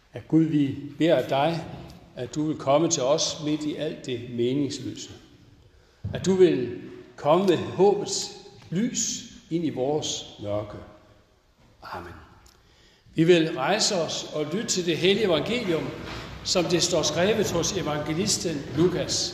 At Gud, vi beder af dig, at du vil komme til os midt i alt det meningsløse. At du vil komme med håbets lys ind i vores mørke. Amen. Vi vil rejse os og lytte til det hellige evangelium, som det står skrevet hos evangelisten Lukas.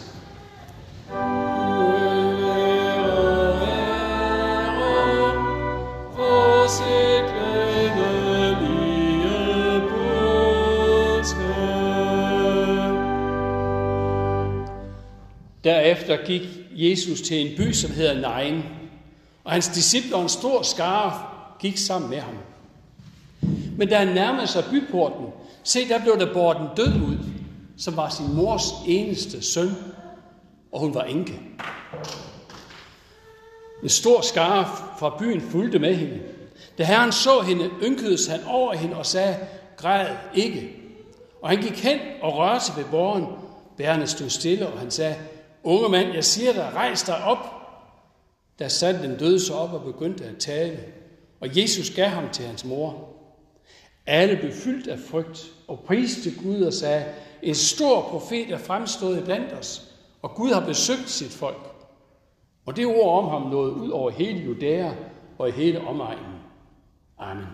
Derefter gik Jesus til en by, som hedder Nain, og hans disciple og en stor skare gik sammen med ham. Men da han nærmede sig byporten, der blev der båret en død ud, som var sin mors eneste søn, og hun var enke. En stor skare fra byen fulgte med hende. Da Herren så hende, ynkedes han over hende og sagde, græd ikke. Og han gik hen og rørte ved båren. Bærerne stod stille, og han sagde, unge mand, jeg siger dig, rejs dig op. Der satte den døde sig op og begyndte at tale, og Jesus gav ham til hans mor. Alle blev fyldt af frygt og priste Gud og sagde, en stor profet er fremstået iblandt os, og Gud har besøgt sit folk. Og det ord om ham nåede ud over hele Judæa og i hele omegnen. Amen.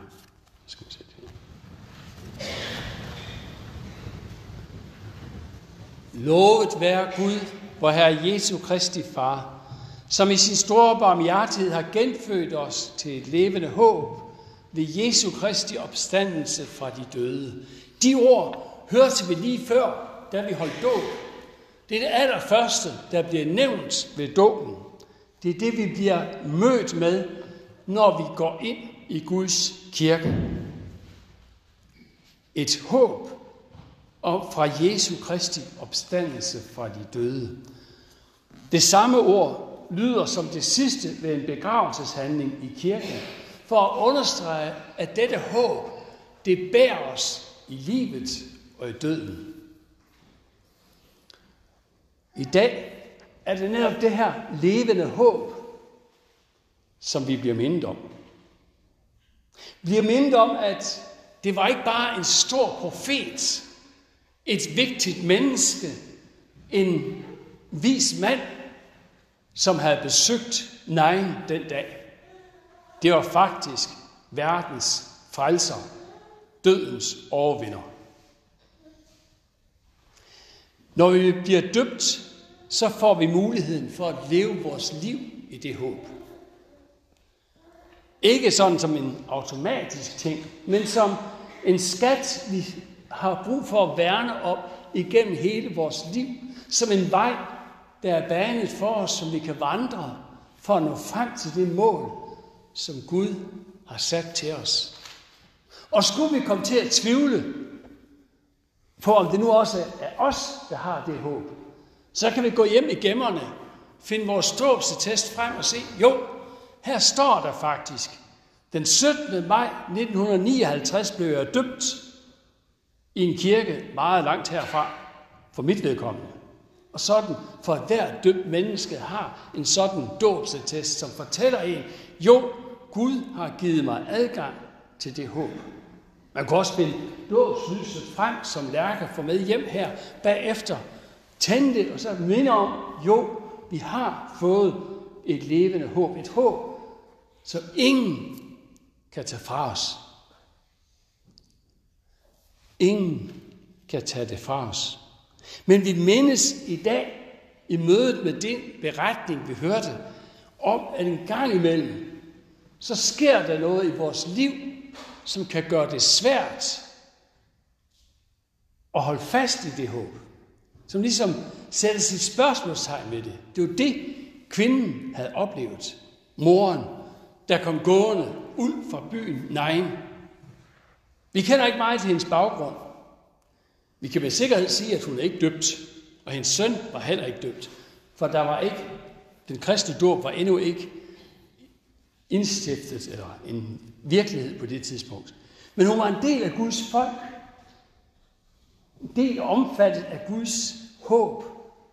Lovet være Gud, vor Herre Jesu Kristi Far, som i sin store barmhjertighed har genfødt os til et levende håb ved Jesu Kristi opstandelse fra de døde. De ord hørte vi lige før, da vi holdt dåb. Det er det allerførste, der bliver nævnt ved dåben. Det er det, vi bliver mødt med, når vi går ind i Guds kirke. Et håb om fra Jesu Kristi opstandelse fra de døde. Det samme ord lyder som det sidste ved en begravelseshandling i kirken, for at understrege, at dette håb, det bærer os i livet og i døden. I dag er det netop det her levende håb, som vi bliver mindet om. Vi bliver mindet om, at det var ikke bare en stor profet, et vigtigt menneske, en vis mand, som havde besøgt Nain den dag. Det var faktisk verdens frelser, dødens overvinder. Når vi bliver døbt, så får vi muligheden for at leve vores liv i det håb. Ikke sådan som en automatisk ting, men som en skat, vi har brug for at værne om igennem hele vores liv. Som en vej, der er banet for os, som vi kan vandre for at nå frem til det mål, som Gud har sat til os. Og skulle vi komme til at tvivle på, om det nu også er os, der har det håb, så kan vi gå hjem i gemmerne, finde vores dåbsattest frem og se, jo, her står der faktisk, den 17. maj 1959 blev jeg døbt i en kirke meget langt herfra, for mit vedkommende. Og sådan for at hver døbt menneske har en sådan dåbsattest, som fortæller en, jo, Gud har givet mig adgang til det håb. Man kan også finde dåbslyset frem, som Lærke får med hjem her bagefter. Tænd det, og så minde om, jo, vi har fået et levende håb. Et håb, som ingen kan tage fra os. Ingen kan tage det fra os. Men vi mindes i dag, i mødet med den beretning, vi hørte, om at en gang imellem, så sker der noget i vores liv, som kan gøre det svært at holde fast i det håb. Som ligesom sætter sit spørgsmålstegn ved det. Det var det, kvinden havde oplevet. Moren, der kom gående ud fra byen Nain. Vi kender ikke meget til hendes baggrund. Vi kan med sikkerhed sige, at hun er ikke døbt, og hendes søn var heller ikke døbt. For der var ikke, den kristne dåb var endnu ikke indstiftet, eller en virkelighed på det tidspunkt. Men hun var en del af Guds folk. En del omfattet af Guds håb.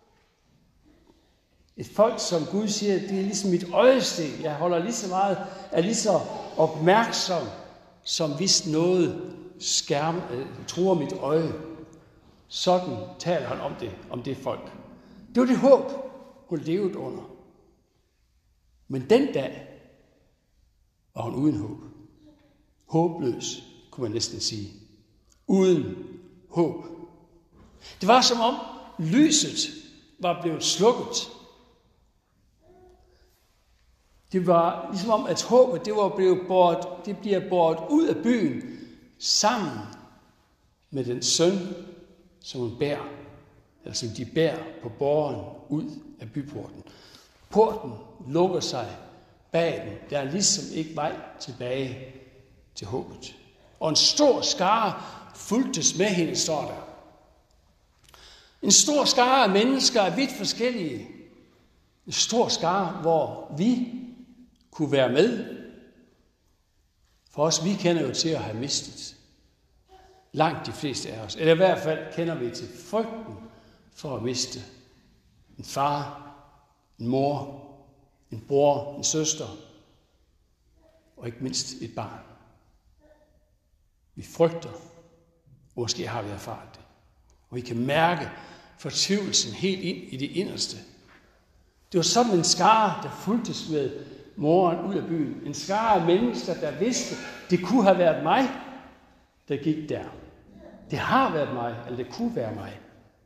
Et folk, som Gud siger, det er ligesom mit øjesten. Jeg holder lige så meget, er lige så opmærksom, som hvis noget truer mit øje. Sådan taler han om det folk. Det var det håb, hun levede under. Men den dag var hun uden håb. Håbløs, kunne man næsten sige. Uden håb. Det var som om lyset var blevet slukket. Det var ligesom om, at håbet det bliver båret ud af byen sammen med den søn, som hun bærer, eller som de bærer på båren ud af byporten. Porten lukker sig bag den. Der er ligesom ikke vej tilbage til håbet. Og en stor skare fulgtes med hende, står der. En stor skare af mennesker er vidt forskellige. En stor skare, hvor vi kunne være med. For os, vi kender jo til at have mistet. Langt de fleste af os. Eller i hvert fald kender vi til frygten for at miste en far, en mor, en bror, en søster, og ikke mindst et barn. Vi frygter, og måske har vi erfaret det. Og vi kan mærke fortvivlelsen helt ind i det inderste. Det var sådan en skare, der fulgtes med moren ud af byen. En skare af mennesker, der vidste, det kunne have været mig, der gik der. Det har været mig, eller det kunne være mig.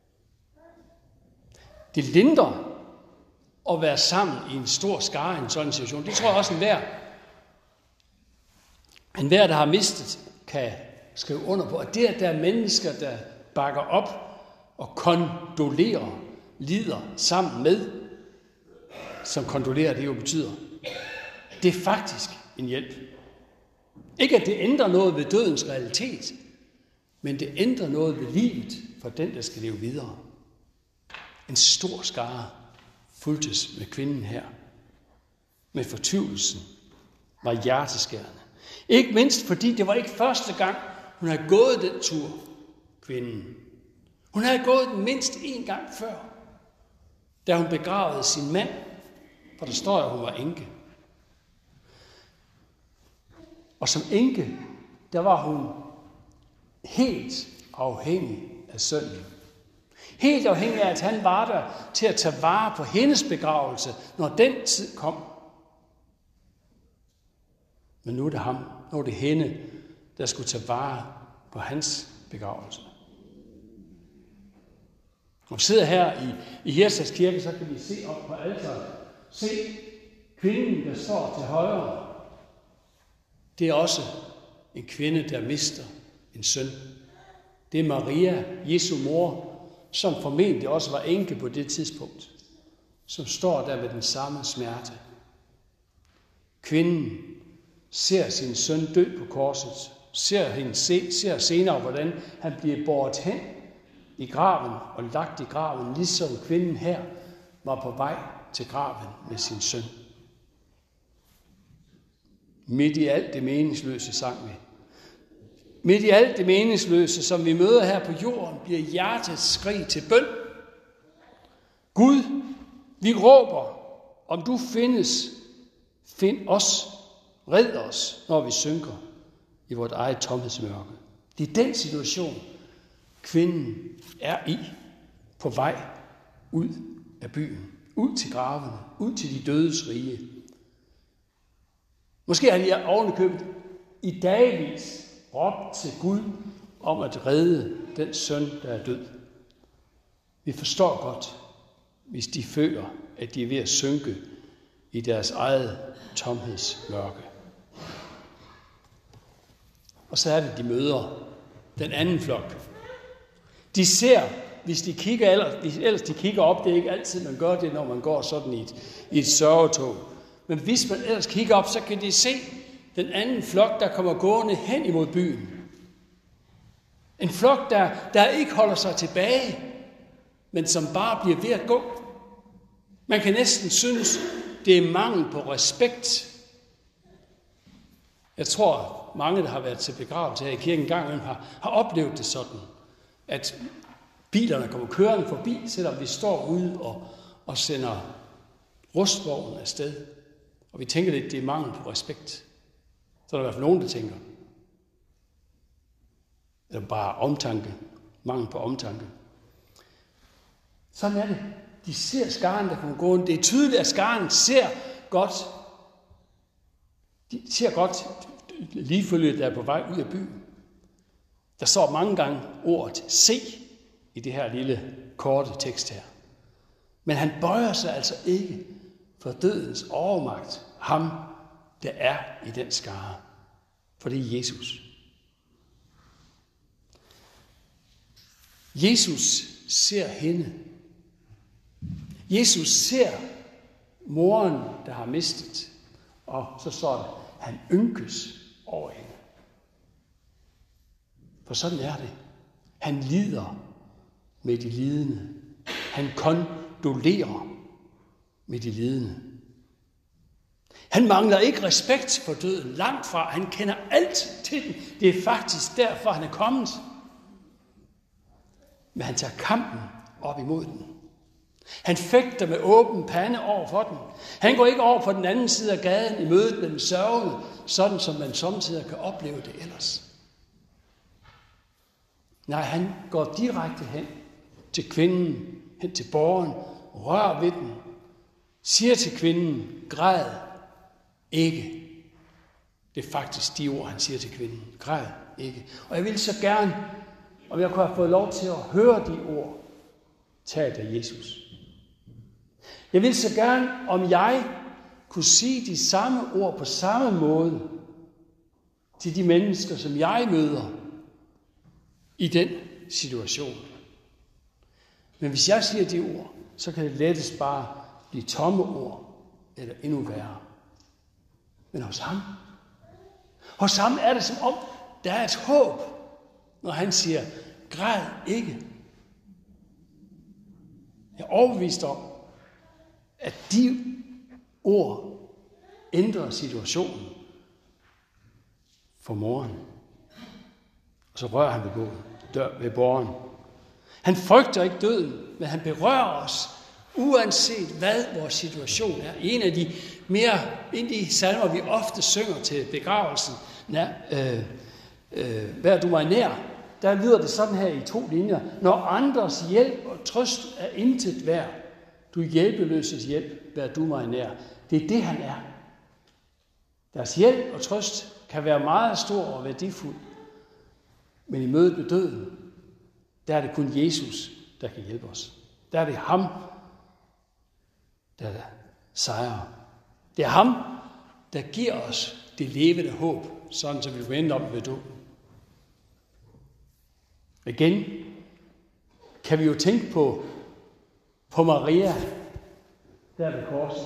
Det lindrer at være sammen i en stor skare i en sådan situation. Det tror jeg også enhver, der har mistet, kan skrive under på. Og det, at der er mennesker, der bakker op og kondolerer, lider sammen med, som kondolerer, det jo betyder, det er faktisk en hjælp. Ikke at det ændrer noget ved dødens realitet, men det ændrer noget ved livet for den, der skal leve videre. En stor skare fulgtes med kvinden her. Med fortvivlelsen var hjerteskærende. Ikke mindst fordi det var ikke første gang, hun havde gået den tur, kvinden. Hun havde gået den mindst en gang før, da hun begravede sin mand, for der står, at hun var enke. Og som enke, der var hun helt afhængig af sønnen. Helt afhængig af, at han var der til at tage vare på hendes begravelse, når den tid kom. Men nu er det ham, nu er det hende, der skulle tage vare på hans begravelse. Når vi sidder her i Hirtshals Kirke, så kan vi se op på alteret. Se kvinden, der står til højre. Det er også en kvinde, der mister en søn. Det er Maria, Jesu mor, som formentlig også var enke på det tidspunkt, som står der med den samme smerte. Kvinden ser sin søn dø på korset, ser senere, hvordan han bliver båret hen i graven og lagt i graven, ligesom kvinden her var på vej til graven med sin søn. Midt i alt det meningsløse, sang vi. Midt i alt det meningsløse, som vi møder her på jorden, bliver hjertets skrig til bøn. Gud, vi råber, om du findes, find os, red os, når vi synker i vort eget tomhedsmørke. Det er den situation, kvinden er i, på vej ud af byen, ud til gravene, ud til de dødes rige. Måske har de ovenikøbet i dagvis råbt til Gud om at redde den søn, der er død. Vi forstår godt, hvis de føler, at de er ved at synke i deres eget tomhedsmørke. Og så er det, de møder den anden flok. De ser, hvis de kigger op, det er ikke altid, man gør det, når man går sådan i et sørgetog. Men hvis man ellers kigger op, så kan de se den anden flok, der kommer gående hen imod byen. En flok, der ikke holder sig tilbage, men som bare bliver ved at gå. Man kan næsten synes, det er mangel på respekt. Jeg tror, mange, der har været til begravelse her i kirken engang, har oplevet det sådan, at bilerne kommer kørende forbi, selvom vi står ude og sender rustvognen afsted. Og vi tænker lidt, det er mangel på respekt. Så er der i hvert fald nogen, der tænker. Eller bare omtanke. Mangel på omtanke. Sådan er det. De ser skaren, der kommer gående. Det er tydeligt, at skaren ser godt. De ser godt ligefølge, der er på vej ud af byen. Der står mange gange ordet se i det her lille korte tekst her. Men han bøjer sig altså ikke for dødens overmagt. Ham, der er i den skare. For det er Jesus. Jesus ser hende. Jesus ser moren, der har mistet. Og så står det, han ynkes over hende. For sådan er det. Han lider med de lidende. Han kondolerer med de lidende. Han mangler ikke respekt for døden, langt fra. Han kender alt til den. Det er faktisk derfor, han er kommet. Men han tager kampen op imod den. Han fægter med åben pande over for den. Han går ikke over på den anden side af gaden i mødet med den sørgede, sådan som man samtidig kan opleve det ellers. Nej, han går direkte hen til kvinden, hen til borgeren, rører ved den, siger til kvinden, græd ikke. Det er faktisk de ord, han siger til kvinden. Græd ikke. Og jeg vil så gerne, om jeg kunne have fået lov til at høre de ord, talt af Jesus. Jeg vil så gerne, om jeg kunne sige de samme ord på samme måde til de mennesker, som jeg møder i den situation. Men hvis jeg siger de ord, så kan det lettest bare blive tomme ord, eller endnu værre. Men hos ham er det som om, der er et håb, når han siger, græd ikke. Jeg er overbevist om, at de ord ændrer situationen for moren. Og så rører han ved borgeren. Han frygter ikke døden, men han berører os, uanset hvad vores situation er. En af de salmer, vi ofte synger til begravelsen, vær du mig nær, der lyder det sådan her i 2 linjer. Når andres hjælp og trøst er intet værd, du hjælpeløses hjælp, vær du mig nær. Det er det, han er. Deres hjælp og trøst kan være meget stor og værdifuld, men i mødet med døden, der er det kun Jesus, der kan hjælpe os. Der er det ham, der sejrer. Det er ham, der giver os det levende håb, sådan som vi vender om ved døden. Igen kan vi jo tænke på Maria, der ved korset,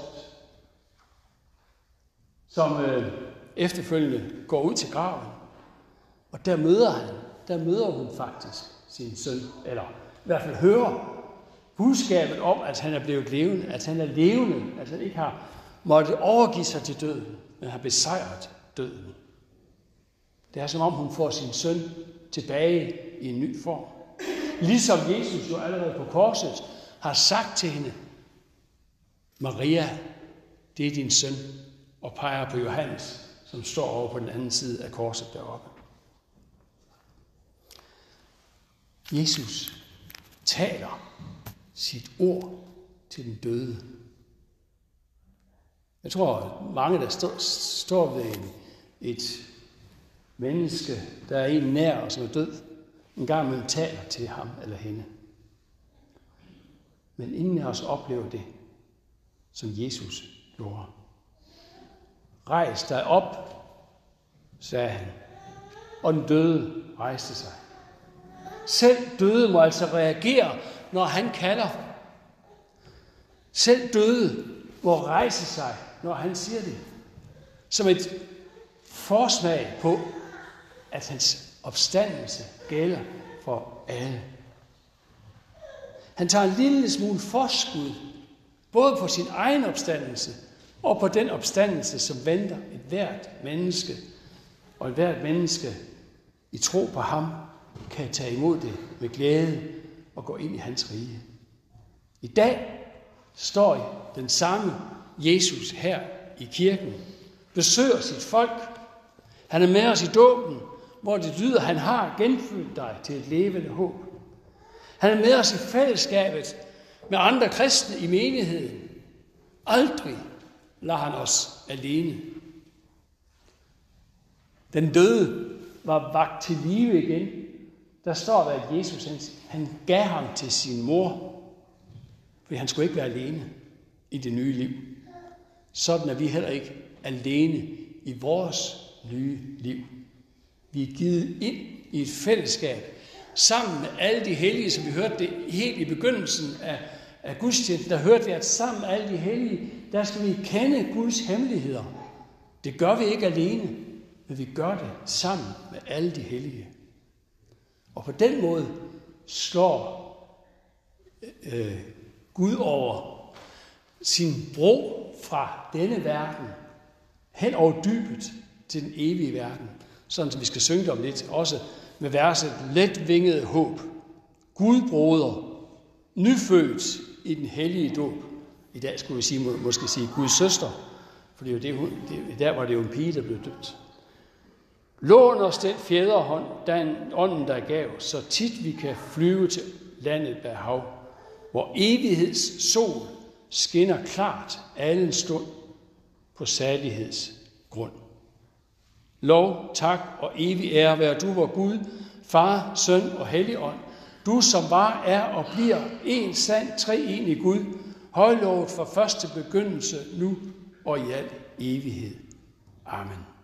som efterfølgende går ud til graven. Og der møder hun faktisk sin søn, eller i hvert fald hører budskabet om, at han er blevet levende, at han er levende, at han ikke har måttet overgive sig til døden, men har besejret døden. Det er som om hun får sin søn tilbage i en ny form. Ligesom Jesus jo allerede på korset har sagt til hende, Maria, det er din søn, og peger på Johannes, som står over på den anden side af korset deroppe. Jesus taler sit ord til den døde. Jeg tror, mange, der står ved et menneske, der er en nær og som er død, en gang man taler til ham eller hende. Men ingen af os oplever det, som Jesus gjorde. Rejs dig op, sagde han, og den døde rejste sig. Selv døde må altså reagere, når han kalder. Selv døde må rejse sig, når han siger det. Som et forsmag på, at hans opstandelse gælder for alle. Han tager en lille smule forskud, både på sin egen opstandelse og på den opstandelse, som venter et hvert menneske. Og et hvert menneske i tro på ham kan tage imod det med glæde og gå ind i hans rige. I dag står den samme Jesus her i kirken, besøger sit folk. Han er med os i dåben, hvor det lyder, han har genfødt dig til et levende håb. Han er med os i fællesskabet med andre kristne i menigheden. Aldrig lader han os alene. Den døde var vakt til live igen. Der står der, at Jesus han gav ham til sin mor, for han skulle ikke være alene i det nye liv. Sådan er vi heller ikke alene i vores nye liv. Vi er givet ind i et fællesskab sammen med alle de hellige, som vi hørte det helt i begyndelsen af gudstjenesten. Der hørte vi, at sammen med alle de hellige, der skal vi kende Guds hemmeligheder. Det gør vi ikke alene, men vi gør det sammen med alle de hellige. Og på den måde slår Gud over sin bro fra denne verden hen over dybet til den evige verden. Sådan som vi skal synge om lidt, også med verset letvingede håb. Gud broder, nyfødt i den hellige dåb. I dag skulle vi måske sige Guds søster, for det er jo der var det jo en pige, der blev døbt. Lån os den fjederhånd, den ånden, der gav, så tit vi kan flyve til landet bag hav, hvor evigheds sol skinner klart allen stund på saligheds grund. Lov, tak og evig ære være du, vor Gud, Far, Søn og Helligånd, du som var, er og bliver en sand treenig Gud, højlovet fra første begyndelse, nu og i al evighed. Amen.